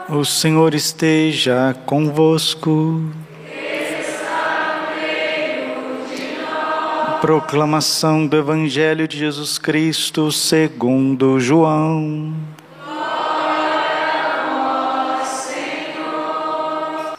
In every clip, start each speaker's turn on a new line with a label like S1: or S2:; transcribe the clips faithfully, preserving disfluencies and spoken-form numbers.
S1: O Senhor esteja convosco. Proclamação do Evangelho de Jesus Cristo segundo João.
S2: Glória a vós, Senhor.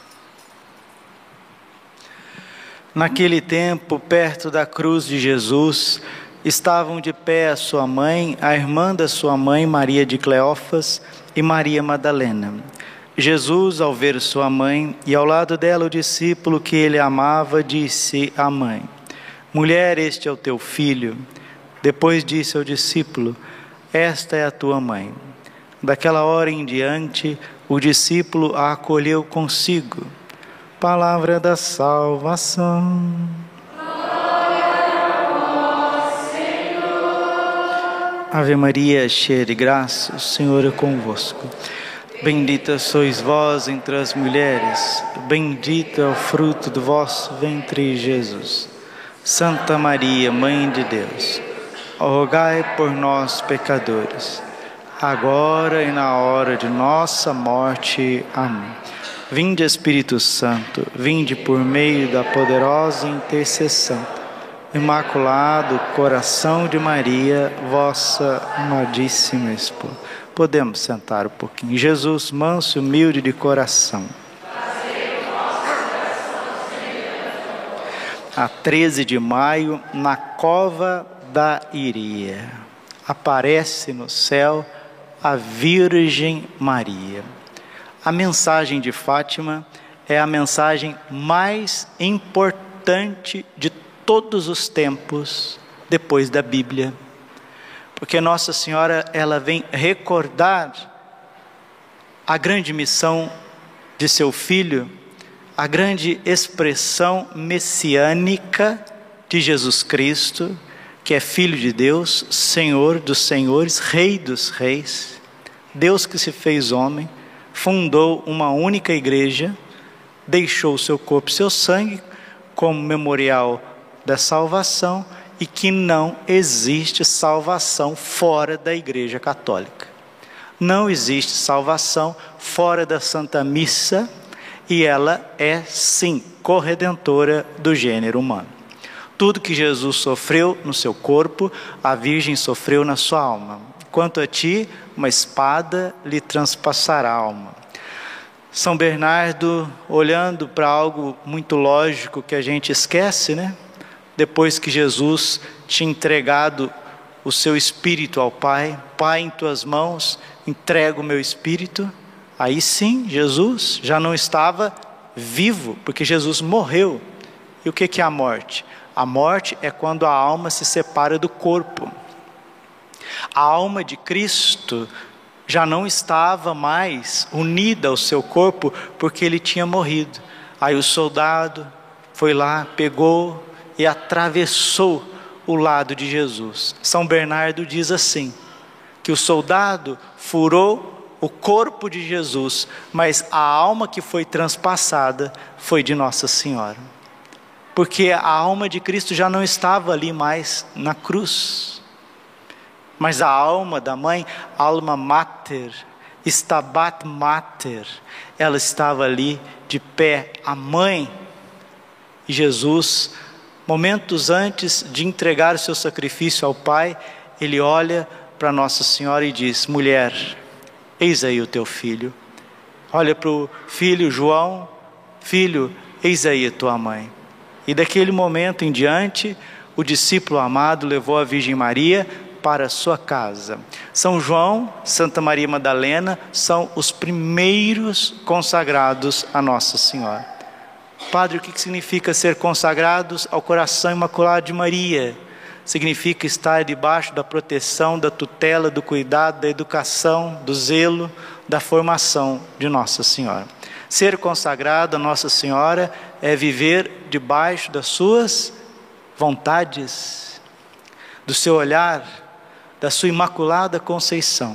S1: Naquele tempo, perto da cruz de Jesus, estavam de pé a sua mãe, a irmã da sua mãe, Maria de Cleófas, e Maria Madalena. Jesus, ao ver sua mãe e ao lado dela o discípulo que ele amava, disse à mãe: Mulher, este é o teu filho. Depois disse ao discípulo: Esta é a tua mãe. Daquela hora em diante, o discípulo a acolheu consigo. Palavra da salvação. Ave Maria, cheia de graça, o Senhor é convosco. Bendita sois vós entre as mulheres, bendito é o fruto do vosso ventre, Jesus. Santa Maria, Mãe de Deus, rogai por nós, pecadores, agora e na hora de nossa morte. Amém. Vinde, Espírito Santo, vinde por meio da poderosa intercessão. Imaculado coração de Maria, vossa amadíssima esposa. Podemos sentar um pouquinho. Jesus, manso e humilde de coração. A treze de maio, na cova da Iria, aparece no céu a Virgem Maria. A mensagem de Fátima é a mensagem mais importante de todos os tempos depois da Bíblia, porque Nossa Senhora ela vem recordar a grande missão de seu filho, a grande expressão messiânica de Jesus Cristo, que é Filho de Deus, Senhor dos senhores, Rei dos reis, Deus que se fez homem, fundou uma única igreja, deixou seu corpo e seu sangue como memorial da salvação, e que não existe salvação fora da Igreja Católica. Não existe salvação fora da Santa Missa, e ela é sim corredentora do gênero humano. Tudo que Jesus sofreu no seu corpo, a Virgem sofreu na sua alma. Quanto a ti, uma espada lhe transpassará a alma. São Bernardo, olhando para algo muito lógico que a gente esquece, né? Depois que Jesus tinha entregado o seu espírito ao Pai, Pai, em tuas mãos entrego o meu espírito. Aí sim, Jesus já não estava vivo, porque Jesus morreu. E o que é a morte? A morte é quando a alma se separa do corpo. A alma de Cristo já não estava mais unida ao seu corpo, porque ele tinha morrido. Aí o soldado foi lá, pegou e atravessou o lado de Jesus. São Bernardo diz assim, que o soldado furou o corpo de Jesus, mas a alma que foi transpassada foi de Nossa Senhora. Porque a alma de Cristo já não estava ali mais na cruz. Mas a alma da mãe, alma mater, stabat mater, ela estava ali de pé, a mãe. E Jesus, momentos antes de entregar o seu sacrifício ao Pai, ele olha para Nossa Senhora e diz: mulher, eis aí o teu filho. Olha para o filho João: filho, eis aí a tua mãe. E daquele momento em diante, o discípulo amado levou a Virgem Maria para a sua casa. São João, Santa Maria Madalena são os primeiros consagrados a Nossa Senhora. Padre, o que significa ser consagrados ao coração imaculado de Maria? Significa estar debaixo da proteção, da tutela, do cuidado, da educação, do zelo, da formação de Nossa Senhora. Ser consagrado a Nossa Senhora é viver debaixo das suas vontades, do seu olhar, da sua imaculada conceição.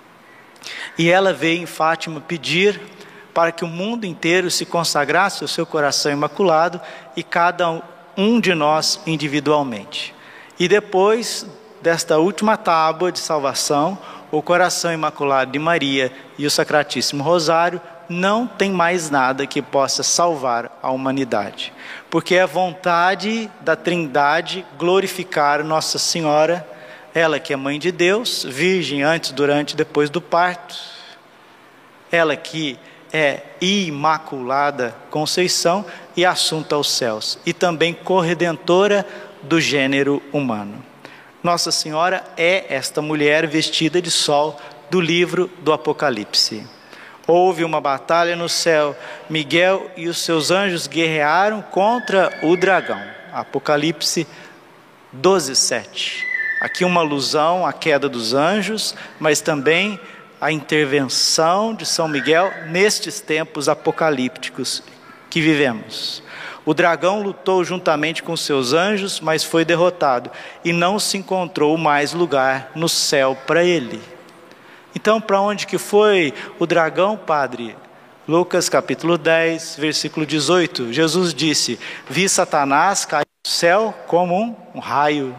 S1: E ela veio em Fátima pedir para que o mundo inteiro se consagrasse ao seu coração imaculado, e cada um de nós individualmente. E depois desta última tábua de salvação, o coração imaculado de Maria e o Sacratíssimo Rosário, não tem mais nada que possa salvar a humanidade. Porque é a vontade da Trindade glorificar Nossa Senhora, ela que é Mãe de Deus, virgem antes, durante e depois do parto. Ela que é Imaculada Conceição e assunta aos céus. E também corredentora do gênero humano. Nossa Senhora é esta mulher vestida de sol do livro do Apocalipse. Houve uma batalha no céu, Miguel e os seus anjos guerrearam contra o dragão. Apocalipse doze, sete. Aqui uma alusão à queda dos anjos, mas também a intervenção de São Miguel nestes tempos apocalípticos que vivemos. O dragão lutou juntamente com seus anjos, mas foi derrotado e não se encontrou mais lugar no céu para ele. Então, para onde que foi o dragão, padre? Lucas capítulo dez, versículo dezoito. Jesus disse: vi Satanás cair do céu como um, um raio.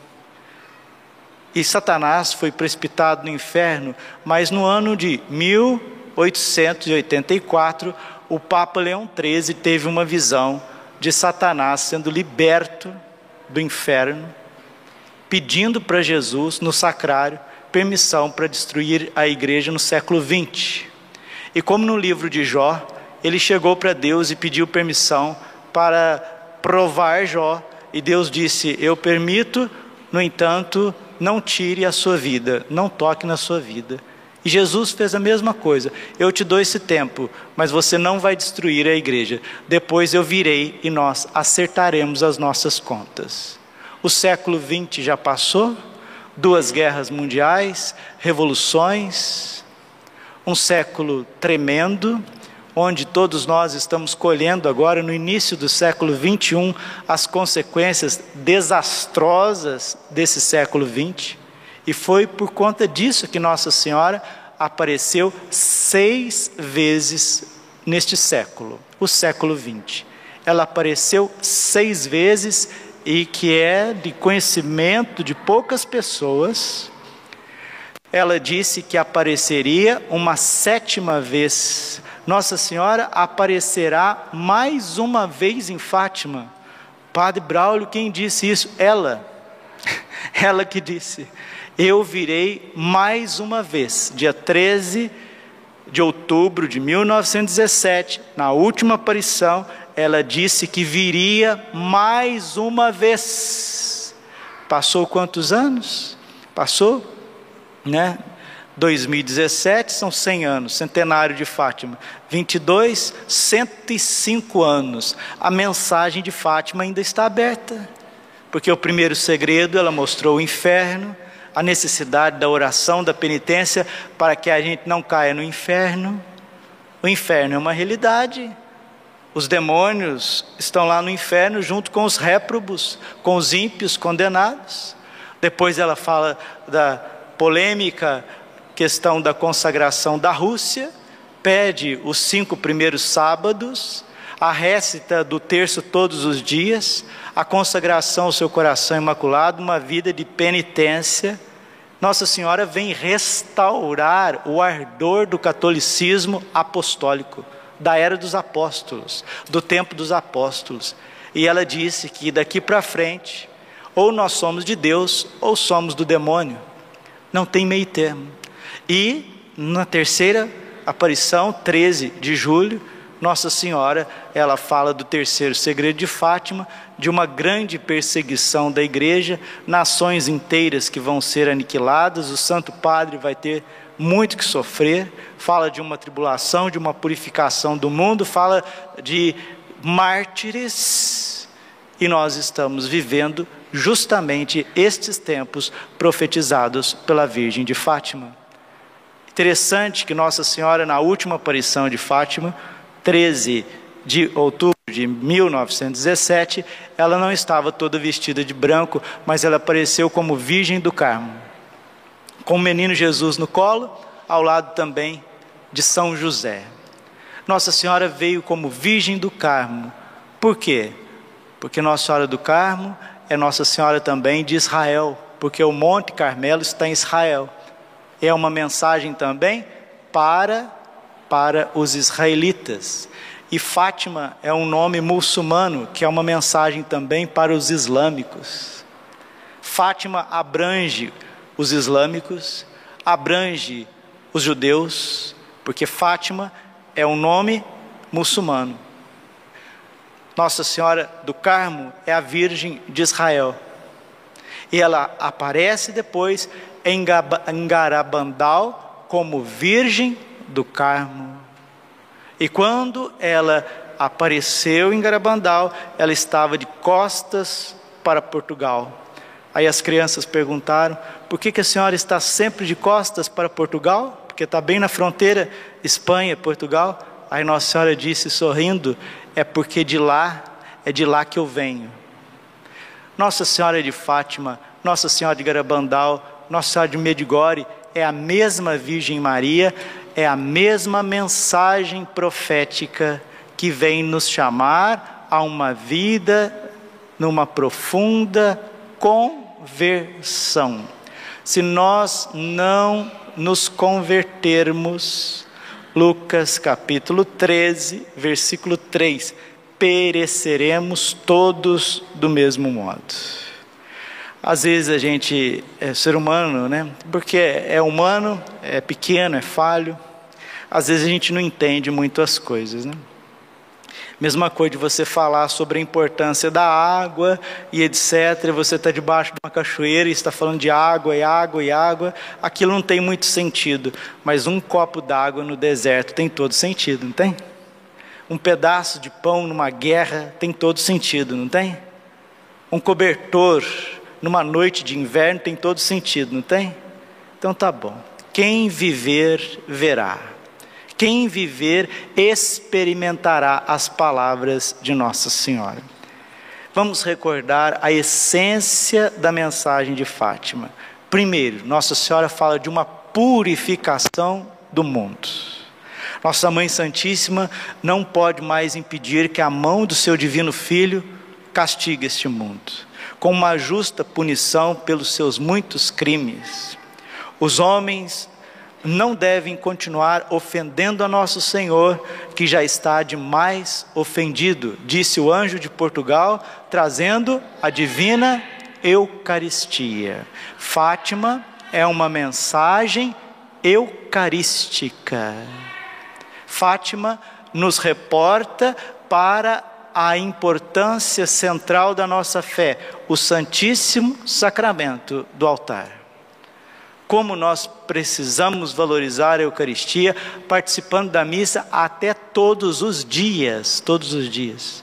S1: E Satanás foi precipitado no inferno, mas no ano de mil oitocentos e oitenta e quatro, o Papa Leão treze teve uma visão de Satanás sendo liberto do inferno, pedindo para Jesus, no sacrário, permissão para destruir a igreja no século vinte. E como no livro de Jó, ele chegou para Deus e pediu permissão para provar Jó, e Deus disse: eu permito, no entanto, não tire a sua vida, não toque na sua vida. E Jesus fez a mesma coisa: eu te dou esse tempo, mas você não vai destruir a igreja. Depois eu virei e nós acertaremos as nossas contas. O século vinte já passou, duas guerras mundiais, revoluções, um século tremendo, onde todos nós estamos colhendo agora, no início do século vinte e um, as consequências desastrosas desse século vinte. E foi por conta disso que Nossa Senhora apareceu seis vezes neste século, o século vinte. Ela apareceu seis vezes, e que é de conhecimento de poucas pessoas. Ela disse que apareceria uma sétima vez. Nossa Senhora aparecerá mais uma vez em Fátima. Padre Braulio, quem disse isso? Ela. Ela que disse: eu virei mais uma vez, dia treze de outubro de mil novecentos e dezessete, na última aparição, ela disse que viria mais uma vez. Passou quantos anos? Passou, né? dois mil e dezessete, são cem anos, centenário de Fátima. vinte e dois, cento e cinco anos. A mensagem de Fátima ainda está aberta, porque o primeiro segredo, ela mostrou o inferno, a necessidade da oração, da penitência, para que a gente não caia no inferno. O inferno é uma realidade. Os demônios estão lá no inferno junto com os réprobos, com os ímpios condenados. Depois ela fala da polêmica questão da consagração da Rússia, pede os cinco primeiros sábados, a récita do terço todos os dias, a consagração ao seu coração imaculado, uma vida de penitência. Nossa Senhora vem restaurar o ardor do catolicismo apostólico, da era dos apóstolos, do tempo dos apóstolos. E ela disse que daqui para frente, ou nós somos de Deus, ou somos do demônio. Não tem meio termo. E na terceira aparição, treze de julho, Nossa Senhora, ela fala do terceiro segredo de Fátima, de uma grande perseguição da igreja, nações inteiras que vão ser aniquiladas, o Santo Padre vai ter muito que sofrer, fala de uma tribulação, de uma purificação do mundo, fala de mártires, e nós estamos vivendo justamente estes tempos profetizados pela Virgem de Fátima. Interessante que Nossa Senhora, na última aparição de Fátima, treze de outubro de mil novecentos e dezessete, ela não estava toda vestida de branco, mas ela apareceu como Virgem do Carmo, com o menino Jesus no colo, ao lado também de São José. Nossa Senhora veio como Virgem do Carmo. Por quê? Porque Nossa Senhora do Carmo é Nossa Senhora também de Israel, porque o Monte Carmelo está em Israel. é uma mensagem também para, para os israelitas. E Fátima é um nome muçulmano, que é uma mensagem também para os islâmicos. Fátima abrange os islâmicos, abrange os judeus, porque Fátima é um nome muçulmano. Nossa Senhora do Carmo é a Virgem de Israel. E ela aparece depois em Garabandal como Virgem do Carmo. E quando ela apareceu em Garabandal, ela estava de costas para Portugal. Aí as crianças perguntaram: por que que a senhora está sempre de costas para Portugal? Porque está bem na fronteira Espanha-Portugal. Aí Nossa Senhora disse sorrindo: é porque de lá, é de lá que eu venho. Nossa Senhora de Fátima, Nossa Senhora de Garabandal, Nossa Senhora de Medjugorje é a mesma Virgem Maria, é a mesma mensagem profética que vem nos chamar a uma vida numa profunda conversão. Se nós não nos convertermos, Lucas capítulo treze, versículo três, pereceremos todos do mesmo modo. Às vezes a gente é ser humano, né? Porque é humano, é pequeno, é falho. Às vezes a gente não entende muito as coisas, né? Mesma coisa de você falar sobre a importância da água e etcétera. Você está debaixo de uma cachoeira e está falando de água e água e água. Aquilo não tem muito sentido. Mas um copo d'água no deserto tem todo sentido, não tem? Um pedaço de pão numa guerra tem todo sentido, não tem? Um cobertor numa noite de inverno tem todo sentido, não tem? Então tá bom. Quem viver, verá. Quem viver, experimentará as palavras de Nossa Senhora. Vamos recordar a essência da mensagem de Fátima. Primeiro, Nossa Senhora fala de uma purificação do mundo. Nossa Mãe Santíssima não pode mais impedir que a mão do seu divino Filho castigue este mundo, com uma justa punição pelos seus muitos crimes. Os homens não devem continuar ofendendo a Nosso Senhor, que já está demais ofendido, disse o anjo de Portugal, trazendo a divina Eucaristia. Fátima é uma mensagem eucarística. Fátima nos reporta para a importância central da nossa fé, o Santíssimo Sacramento do altar. Como nós precisamos valorizar a Eucaristia, participando da missa até todos os dias, todos os dias.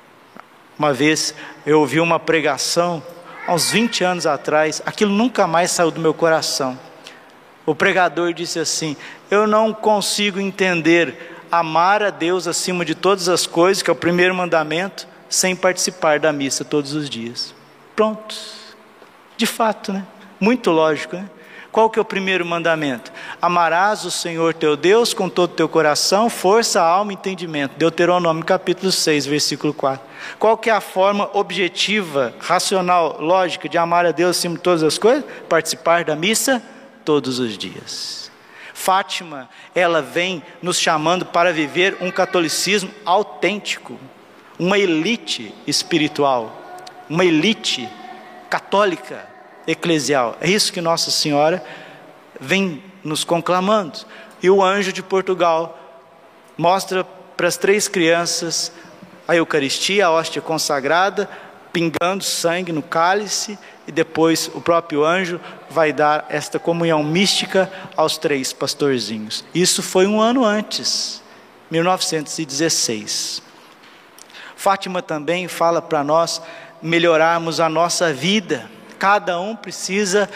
S1: Uma vez eu ouvi uma pregação, há uns vinte anos atrás, aquilo nunca mais saiu do meu coração. O pregador disse assim: eu não consigo entender amar a Deus acima de todas as coisas, que é o primeiro mandamento, sem participar da missa todos os dias. Pronto. De fato, né? Muito lógico, né? Qual que é o primeiro mandamento? Amarás o Senhor teu Deus com todo o teu coração, força, alma e entendimento. Deuteronômio capítulo seis, versículo quatro. Qual que é a forma objetiva, racional, lógica de amar a Deus acima de todas as coisas? Participar da missa todos os dias. Fátima, ela vem nos chamando para viver um catolicismo autêntico, uma elite espiritual, uma elite católica, eclesial. É isso que Nossa Senhora vem nos conclamando. E o anjo de Portugal mostra para as três crianças a Eucaristia, a hóstia consagrada, pingando sangue no cálice, e depois o próprio anjo vai dar esta comunhão mística aos três pastorzinhos. Isso foi um ano antes, mil novecentos e dezesseis. Fátima também fala para nós melhorarmos a nossa vida. Cada um precisa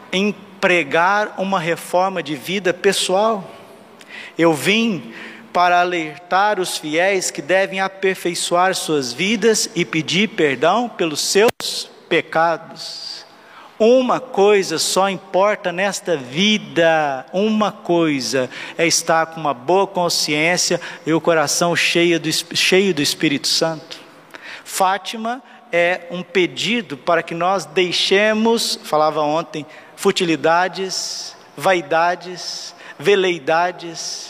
S1: empregar uma reforma de vida pessoal. Eu vim para alertar os fiéis que devem aperfeiçoar suas vidas e pedir perdão pelos seus pecados. Uma coisa só importa nesta vida, uma coisa, é estar com uma boa consciência e o coração cheio do, cheio do Espírito Santo. Fátima é um pedido para que nós deixemos, falava ontem, futilidades, vaidades, veleidades,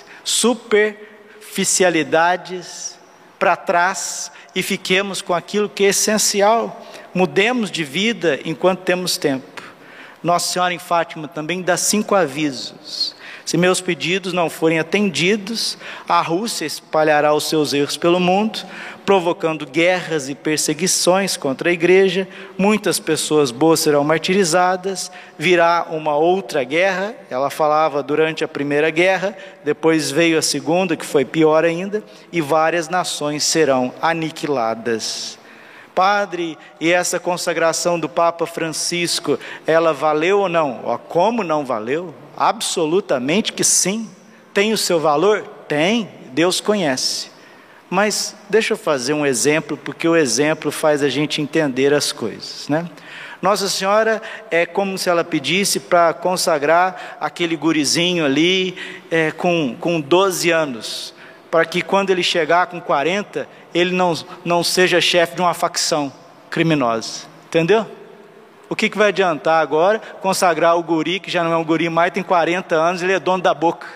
S1: superficialidades para trás e fiquemos com aquilo que é essencial. Mudemos de vida enquanto temos tempo. Nossa Senhora em Fátima também dá cinco avisos. Se meus pedidos não forem atendidos, a Rússia espalhará os seus erros pelo mundo, provocando guerras e perseguições contra a igreja. Muitas pessoas boas serão martirizadas, virá uma outra guerra. Ela falava durante a primeira guerra, depois veio a segunda, que foi pior ainda, e várias nações serão aniquiladas. Padre, e essa consagração do Papa Francisco, ela valeu ou não? Ó, como não valeu? Absolutamente que sim. Tem o seu valor? Tem, Deus conhece. Mas deixa eu fazer um exemplo, porque o exemplo faz a gente entender as coisas, né? Nossa Senhora é como se ela pedisse para consagrar aquele gurizinho ali é, com, com doze anos, para que quando ele chegar com quarenta, ele não, não seja chefe de uma facção criminosa, entendeu? O que, que vai adiantar agora consagrar o guri, que já não é um guri mais, tem quarenta anos, ele é dono da boca.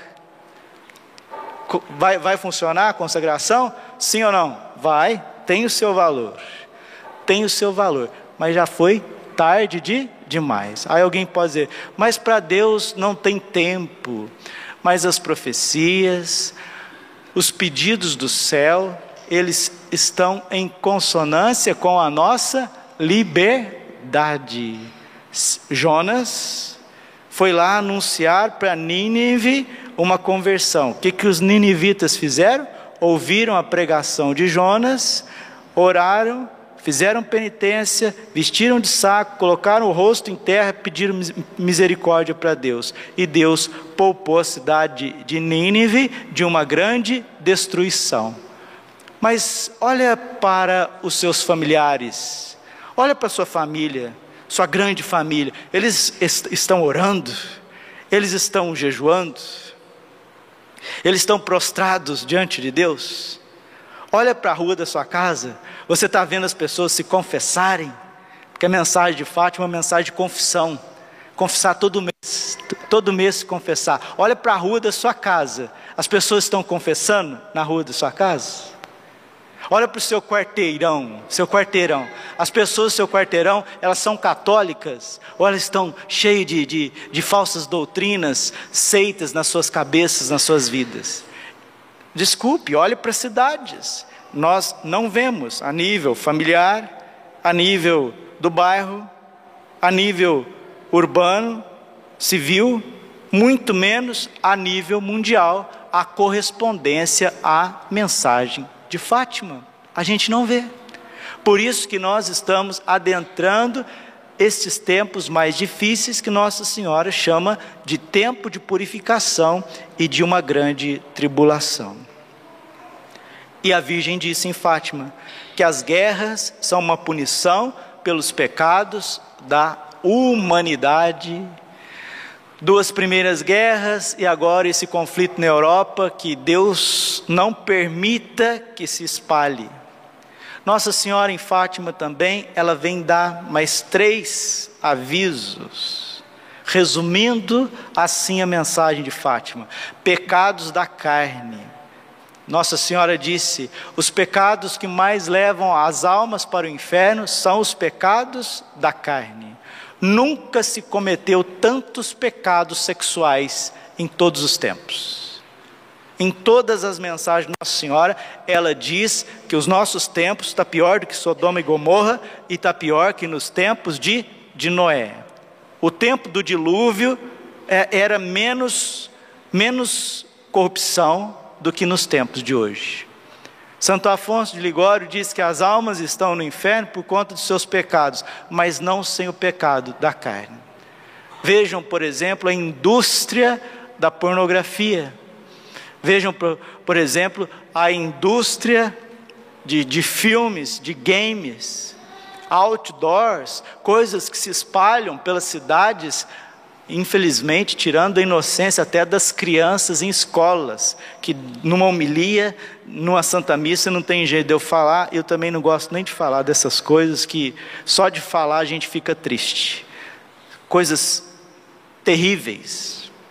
S1: Vai, vai funcionar a consagração? Sim ou não? Vai, tem o seu valor, tem o seu valor, mas já foi tarde de, demais. Aí alguém pode dizer, mas para Deus não tem tempo. Mas as profecias, os pedidos do céu, eles estão em consonância com a nossa liberdade. Jonas foi lá anunciar para Nínive uma conversão. O que, que os ninivitas fizeram? Ouviram a pregação de Jonas, oraram, fizeram penitência, vestiram de saco, colocaram o rosto em terra, pediram misericórdia para Deus. E Deus poupou a cidade de Nínive de uma grande destruição. Mas olha para os seus familiares, olha para a sua família, sua grande família. Eles est- estão orando, eles estão jejuando, eles estão prostrados diante de Deus. Olha para a rua da sua casa, você está vendo as pessoas se confessarem, porque a mensagem de Fátima é uma mensagem de confissão, confessar todo mês, todo mês se confessar. Olha para a rua da sua casa, as pessoas estão confessando na rua da sua casa? Olha para o seu quarteirão, seu quarteirão, as pessoas do seu quarteirão, elas são católicas, ou elas estão cheias de, de, de falsas doutrinas, seitas nas suas cabeças, nas suas vidas? Desculpe, olhe para as cidades, nós não vemos a nível familiar, a nível do bairro, a nível urbano, civil, muito menos a nível mundial, a correspondência à mensagem de Fátima. A gente não vê. Por isso que nós estamos adentrando estes tempos mais difíceis que Nossa Senhora chama de tempo de purificação e de uma grande tribulação. E a Virgem disse em Fátima que as guerras são uma punição pelos pecados da humanidade. Duas primeiras guerras e agora esse conflito na Europa, que Deus não permita que se espalhe. Nossa Senhora em Fátima também, ela vem dar mais três avisos, resumindo assim a mensagem de Fátima: pecados da carne. Nossa Senhora disse, os pecados que mais levam as almas para o inferno são os pecados da carne. Nunca se cometeu tantos pecados sexuais em todos os tempos. Em todas as mensagens de Nossa Senhora, ela diz que os nossos tempos está pior do que Sodoma e Gomorra e está pior que nos tempos de, de Noé. O tempo do dilúvio é, era menos, menos corrupção do que nos tempos de hoje. Santo Afonso de Ligório diz que as almas estão no inferno por conta dos seus pecados, mas não sem o pecado da carne. Vejam, por exemplo, a indústria da pornografia. Vejam, por, por exemplo, a indústria de, de filmes, de games, outdoors, coisas que se espalham pelas cidades, infelizmente tirando a inocência até das crianças em escolas, que numa homilia, numa Santa Missa não tem jeito de eu falar. Eu também não gosto nem de falar dessas coisas, que só de falar a gente fica triste. Coisas terríveis,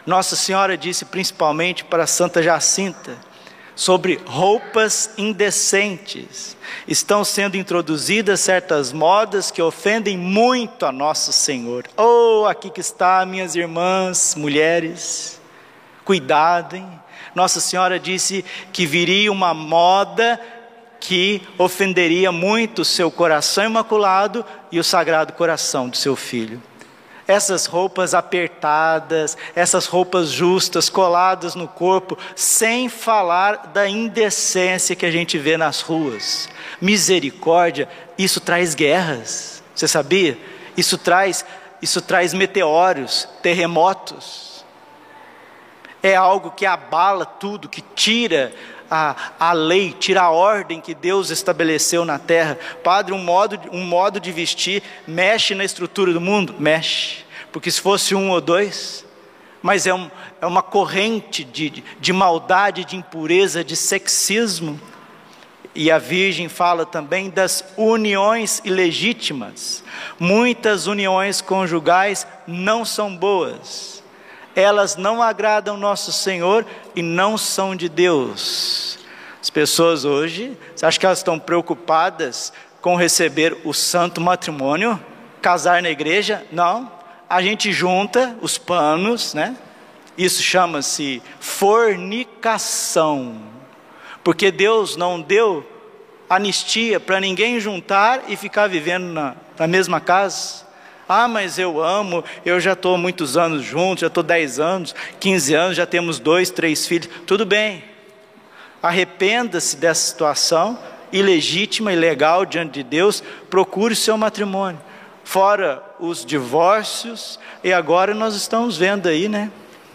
S1: Nossa Senhora disse principalmente para Santa Jacinta sobre roupas indecentes. Estão sendo introduzidas certas modas que ofendem muito a Nosso Senhor. Oh, aqui que está, minhas irmãs, mulheres, cuidadem. Nossa Senhora disse que viria uma moda que ofenderia muito o seu coração imaculado e o Sagrado Coração do seu Filho. Essas roupas apertadas, essas roupas justas, coladas no corpo, sem falar da indecência que a gente vê nas ruas. Misericórdia, isso traz guerras, você sabia? Isso traz, isso traz meteoros, terremotos. É algo que abala tudo, que tira a, a lei, tira a ordem que Deus estabeleceu na terra. Padre, um modo, um modo de vestir mexe na estrutura do mundo? Mexe, porque se fosse um ou dois, mas é, um, é uma corrente de, de maldade, de impureza, de sexismo. E a Virgem fala também das uniões ilegítimas. Muitas uniões conjugais não são boas. Elas não agradam nosso Senhor e não são de Deus. As pessoas hoje, você acha que elas estão preocupadas com receber o santo matrimônio? Casar na igreja? Não. A gente junta os panos, né? Isso chama-se fornicação. Porque Deus não deu anistia para ninguém juntar e ficar vivendo na, na mesma casa. Ah, mas eu amo, eu já estou muitos anos juntos, já estou dez anos, quinze anos, já temos dois, três filhos. Tudo bem, arrependa-se dessa situação ilegítima, ilegal diante de Deus, procure o seu matrimônio. Fora os divórcios, e agora nós estamos vendo aí, né?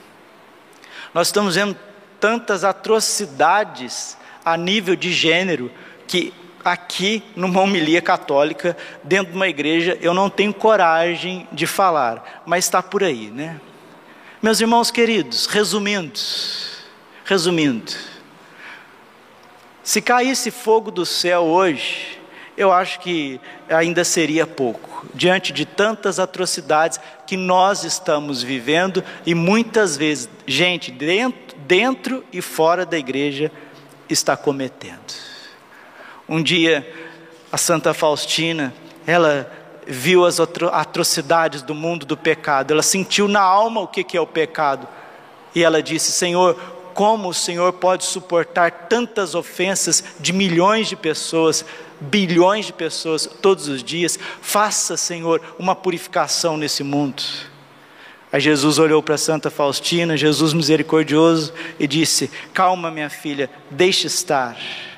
S1: Nós estamos vendo tantas atrocidades a nível de gênero, que aqui numa homilia católica, dentro de uma igreja, eu não tenho coragem de falar, mas está por aí, né? Meus irmãos queridos, resumindo, resumindo, se caísse fogo do céu hoje, eu acho que ainda seria pouco, diante de tantas atrocidades que nós estamos vivendo, e muitas vezes, gente dentro, dentro e fora da igreja, está cometendo. Um dia, a Santa Faustina, ela viu as atrocidades do mundo do pecado, ela sentiu na alma o que é o pecado, e ela disse: Senhor, como o Senhor pode suportar tantas ofensas de milhões de pessoas, bilhões de pessoas todos os dias? Faça, Senhor, uma purificação nesse mundo. Aí Jesus olhou para Santa Faustina, Jesus misericordioso, e disse: calma, minha filha, deixe estar.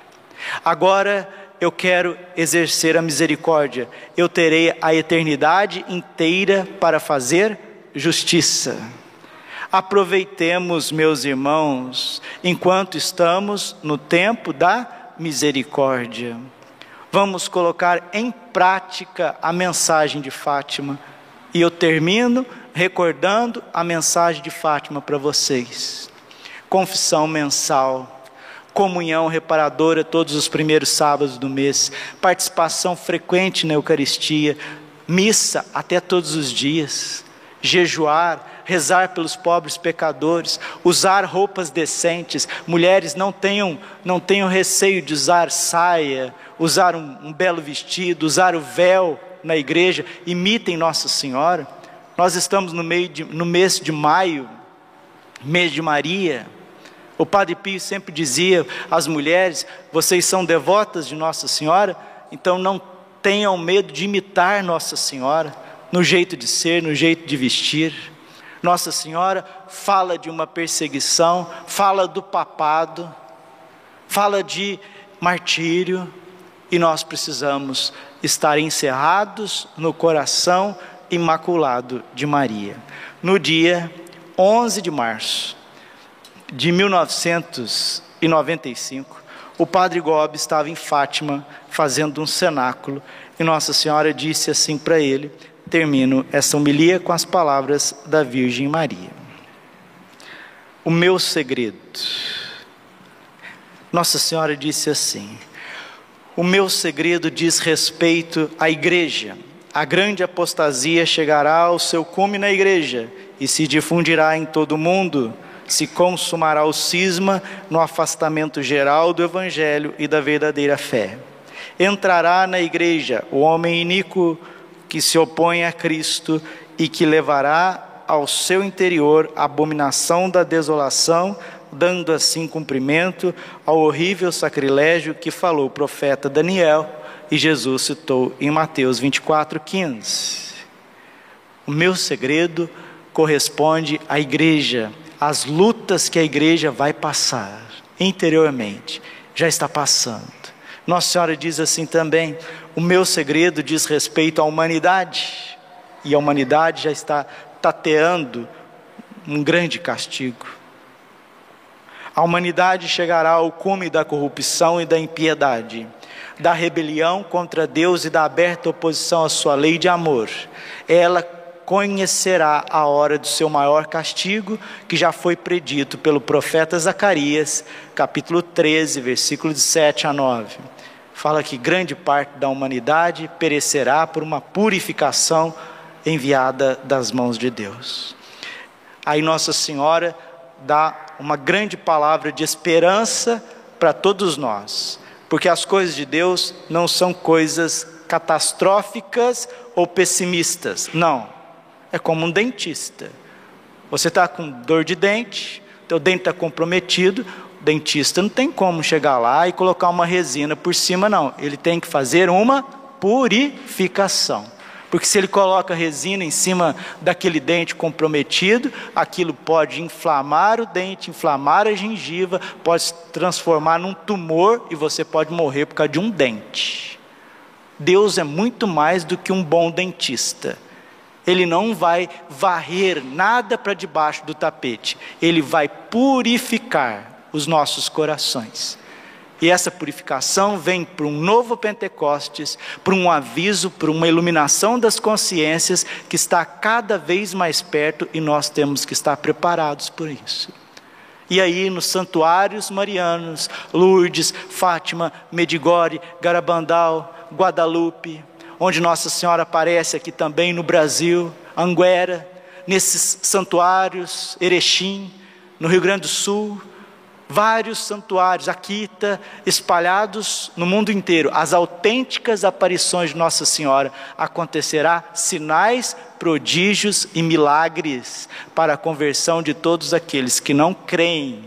S1: Agora eu quero exercer a misericórdia. Eu terei a eternidade inteira para fazer justiça. Aproveitemos, meus irmãos, enquanto estamos no tempo da misericórdia. Vamos colocar em prática a mensagem de Fátima. E eu termino recordando a mensagem de Fátima para vocês. Confissão mensal, comunhão reparadora todos os primeiros sábados do mês, participação frequente na Eucaristia, missa até todos os dias, jejuar, rezar pelos pobres pecadores, usar roupas decentes. Mulheres, não tenham, não tenham receio de usar saia, usar um, um belo vestido, usar o véu na igreja. Imitem Nossa Senhora. Nós estamos no, meio de, no mês de maio, mês de Maria. O Padre Pio sempre dizia às mulheres: vocês são devotas de Nossa Senhora, então não tenham medo de imitar Nossa Senhora, no jeito de ser, no jeito de vestir. Nossa Senhora fala de uma perseguição, fala do papado, fala de martírio, e nós precisamos estar encerrados no coração imaculado de Maria. No dia onze de março de mil novecentos e noventa e cinco, o Padre Gobi estava em Fátima fazendo um cenáculo, e Nossa Senhora disse assim para ele. Termino essa homilia com as palavras da Virgem Maria: o meu segredo. Nossa Senhora disse assim: o meu segredo diz respeito à igreja. A grande apostasia chegará ao seu cume na igreja, e se difundirá em todo o mundo. Se consumará o cisma no afastamento geral do Evangelho e da verdadeira fé. Entrará na igreja o homem iníquo que se opõe a Cristo e que levará ao seu interior a abominação da desolação, dando assim cumprimento ao horrível sacrilégio que falou o profeta Daniel e Jesus citou em Mateus vinte e quatro, quinze. O meu segredo corresponde à igreja, às lutas que a igreja vai passar interiormente, já está passando. Nossa Senhora diz assim também: o meu segredo diz respeito à humanidade, e a humanidade já está tateando um grande castigo. A humanidade chegará ao cume da corrupção e da impiedade, da rebelião contra Deus e da aberta oposição à sua lei de amor. Ela conhecerá a hora do seu maior castigo, que já foi predito pelo profeta Zacarias, capítulo treze, versículos de sete a nove. Fala que grande parte da humanidade perecerá por uma purificação enviada das mãos de Deus. Aí Nossa Senhora dá uma grande palavra de esperança para todos nós, porque as coisas de Deus não são coisas catastróficas ou pessimistas, não. É como um dentista. Você está com dor de dente, teu dente está comprometido, o dentista não tem como chegar lá e colocar uma resina por cima, não. Ele tem que fazer uma purificação. Porque se ele coloca resina em cima daquele dente comprometido, aquilo pode inflamar o dente, inflamar a gengiva, pode se transformar num tumor e você pode morrer por causa de um dente. Deus é muito mais do que um bom dentista. Ele não vai varrer nada para debaixo do tapete. Ele vai purificar os nossos corações. E essa purificação vem por um novo Pentecostes, por um aviso, por uma iluminação das consciências que está cada vez mais perto e nós temos que estar preparados por isso. E aí nos santuários marianos, Lourdes, Fátima, Medigore, Garabandal, Guadalupe, onde Nossa Senhora aparece aqui também no Brasil, Anguera, nesses santuários, Erechim, no Rio Grande do Sul, vários santuários, Akita, espalhados no mundo inteiro, as autênticas aparições de Nossa Senhora. Acontecerá sinais, prodígios e milagres para a conversão de todos aqueles que não creem.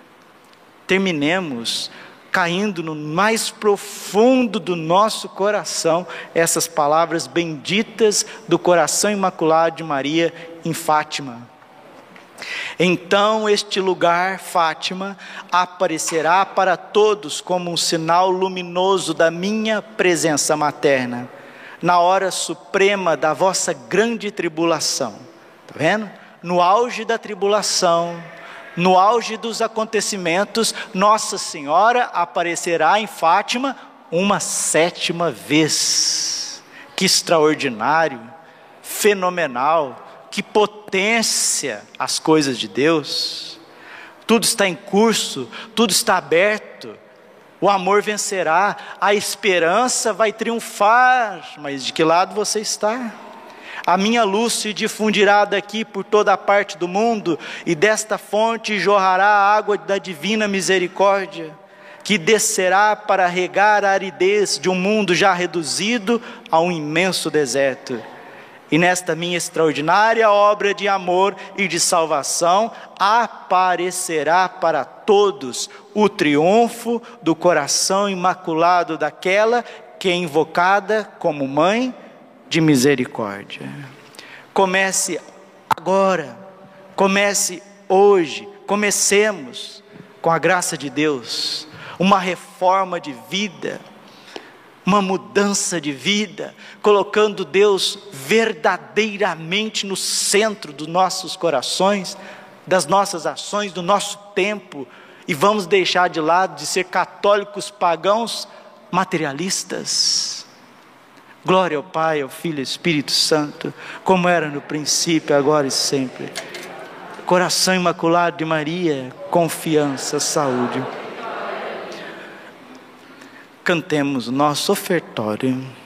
S1: Terminemos caindo no mais profundo do nosso coração essas palavras benditas do coração imaculado de Maria em Fátima. Então este lugar, Fátima, aparecerá para todos como um sinal luminoso da minha presença materna, na hora suprema da vossa grande tribulação. Está vendo? No auge da tribulação, no auge dos acontecimentos, Nossa Senhora aparecerá em Fátima uma sétima vez. Que extraordinário, fenomenal, que potência as coisas de Deus. Tudo está em curso, tudo está aberto, o amor vencerá, a esperança vai triunfar. Mas de que lado você está? A minha luz se difundirá daqui por toda a parte do mundo, e desta fonte jorrará a água da divina misericórdia, que descerá para regar a aridez de um mundo já reduzido a um imenso deserto. E nesta minha extraordinária obra de amor e de salvação, aparecerá para todos o triunfo do coração imaculado daquela que é invocada como Mãe de Misericórdia. Comece agora, comece hoje, comecemos com a graça de Deus, uma reforma de vida, uma mudança de vida, colocando Deus verdadeiramente no centro dos nossos corações, das nossas ações, do nosso tempo, e vamos deixar de lado de ser católicos pagãos materialistas. Glória ao Pai, ao Filho e ao Espírito Santo, como era no princípio, agora e sempre. Coração imaculado de Maria, confiança, saúde. Cantemos o nosso ofertório.